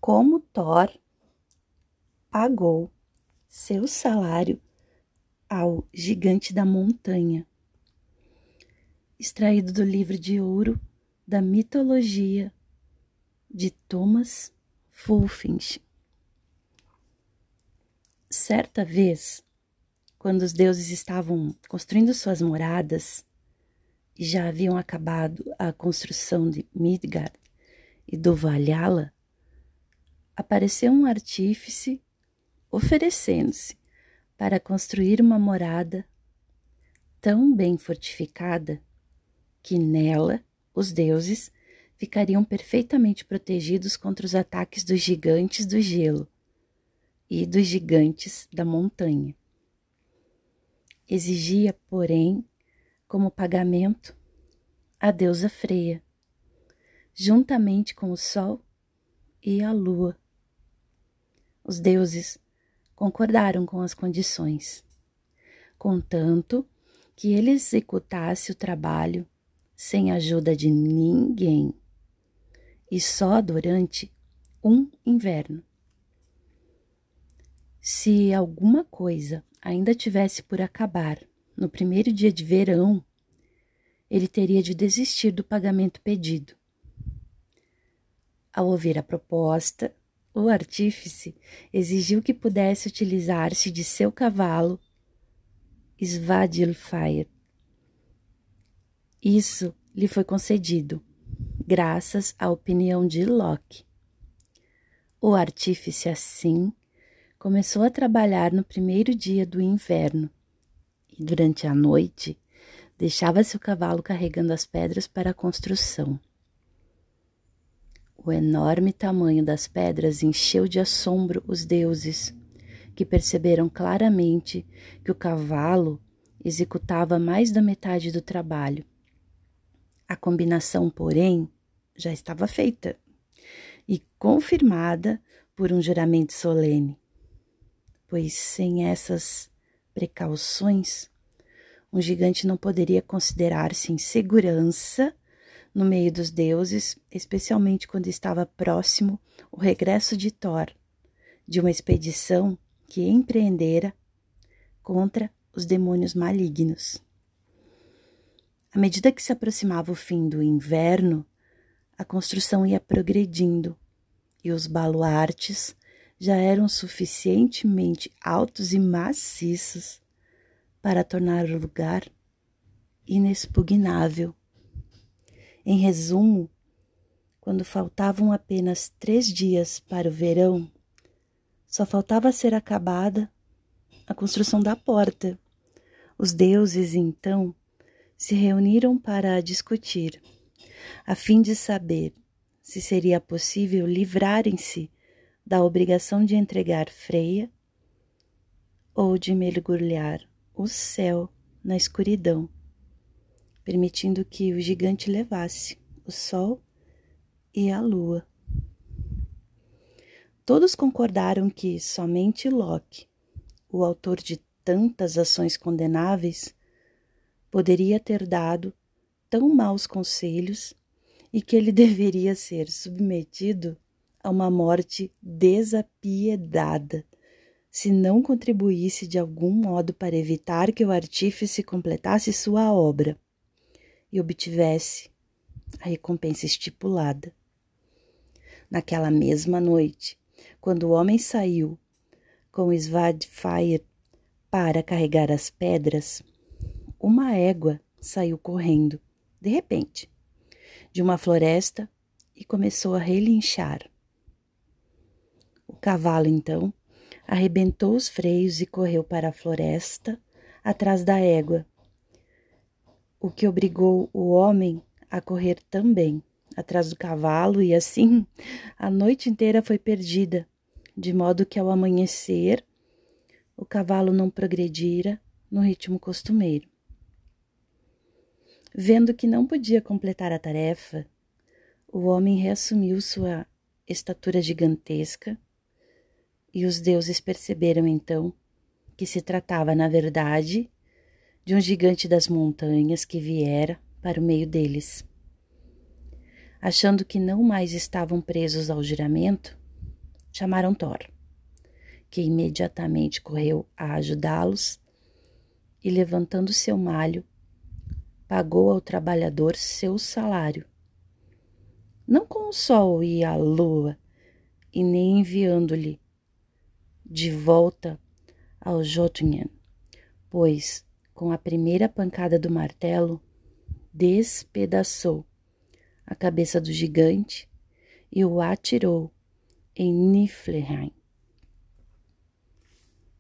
como Thor pagou seu salário ao gigante da montanha, extraído do livro de ouro da mitologia de Thomas Fulfinch. Certa vez, quando os deuses estavam construindo suas moradas e já haviam acabado a construção de Midgard e do Valhalla, apareceu um artífice oferecendo-se para construir uma morada tão bem fortificada que nela os deuses ficariam perfeitamente protegidos contra os ataques dos gigantes do gelo e dos gigantes da montanha. Exigia, porém, como pagamento, a deusa Freia, juntamente com o sol e a lua. Os deuses concordaram com as condições, contanto que ele executasse o trabalho sem a ajuda de ninguém e só durante um inverno. Se alguma coisa ainda tivesse por acabar no primeiro dia de verão, ele teria de desistir do pagamento pedido. Ao ouvir a proposta, o artífice exigiu que pudesse utilizar-se de seu cavalo, Svadilfær. Isso lhe foi concedido, graças à opinião de Loki. O artífice, assim, começou a trabalhar no primeiro dia do inverno e, durante a noite, deixava seu cavalo carregando as pedras para a construção. O enorme tamanho das pedras encheu de assombro os deuses, que perceberam claramente que o cavalo executava mais da metade do trabalho. A combinação, porém, já estava feita e confirmada por um juramento solene, pois sem essas precauções, um gigante não poderia considerar-se em segurança no meio dos deuses, especialmente quando estava próximo o regresso de Thor, de uma expedição que empreendera contra os demônios malignos. À medida que se aproximava o fim do inverno, a construção ia progredindo e os baluartes já eram suficientemente altos e maciços para tornar o lugar inexpugnável. Em resumo, quando faltavam apenas 3 dias para o verão, só faltava ser acabada a construção da porta. Os deuses, então, se reuniram para discutir, a fim de saber se seria possível livrarem-se da obrigação de entregar Freia ou de mergulhar o céu na escuridão, permitindo que o gigante levasse o sol e a lua. Todos concordaram que somente Loki, o autor de tantas ações condenáveis, poderia ter dado tão maus conselhos e que ele deveria ser submetido a uma morte desapiedada, se não contribuísse de algum modo para evitar que o artífice completasse sua obra e obtivesse a recompensa estipulada. Naquela mesma noite, quando o homem saiu com Svadilfær para carregar as pedras, uma égua saiu correndo, de repente, de uma floresta e começou a relinchar. O cavalo, então, arrebentou os freios e correu para a floresta atrás da égua, o que obrigou o homem a correr também atrás do cavalo, e assim a noite inteira foi perdida, de modo que ao amanhecer o cavalo não progredira no ritmo costumeiro. Vendo que não podia completar a tarefa, o homem reassumiu sua estatura gigantesca e os deuses perceberam então que se tratava, na verdade, de um gigante das montanhas que viera para o meio deles. Achando que não mais estavam presos ao juramento, chamaram Thor, que imediatamente correu a ajudá-los e, levantando seu malho, pagou ao trabalhador seu salário, não com o sol e a lua, e nem enviando-lhe de volta ao Jotunheim, pois, com a primeira pancada do martelo, despedaçou a cabeça do gigante e o atirou em Niflheim,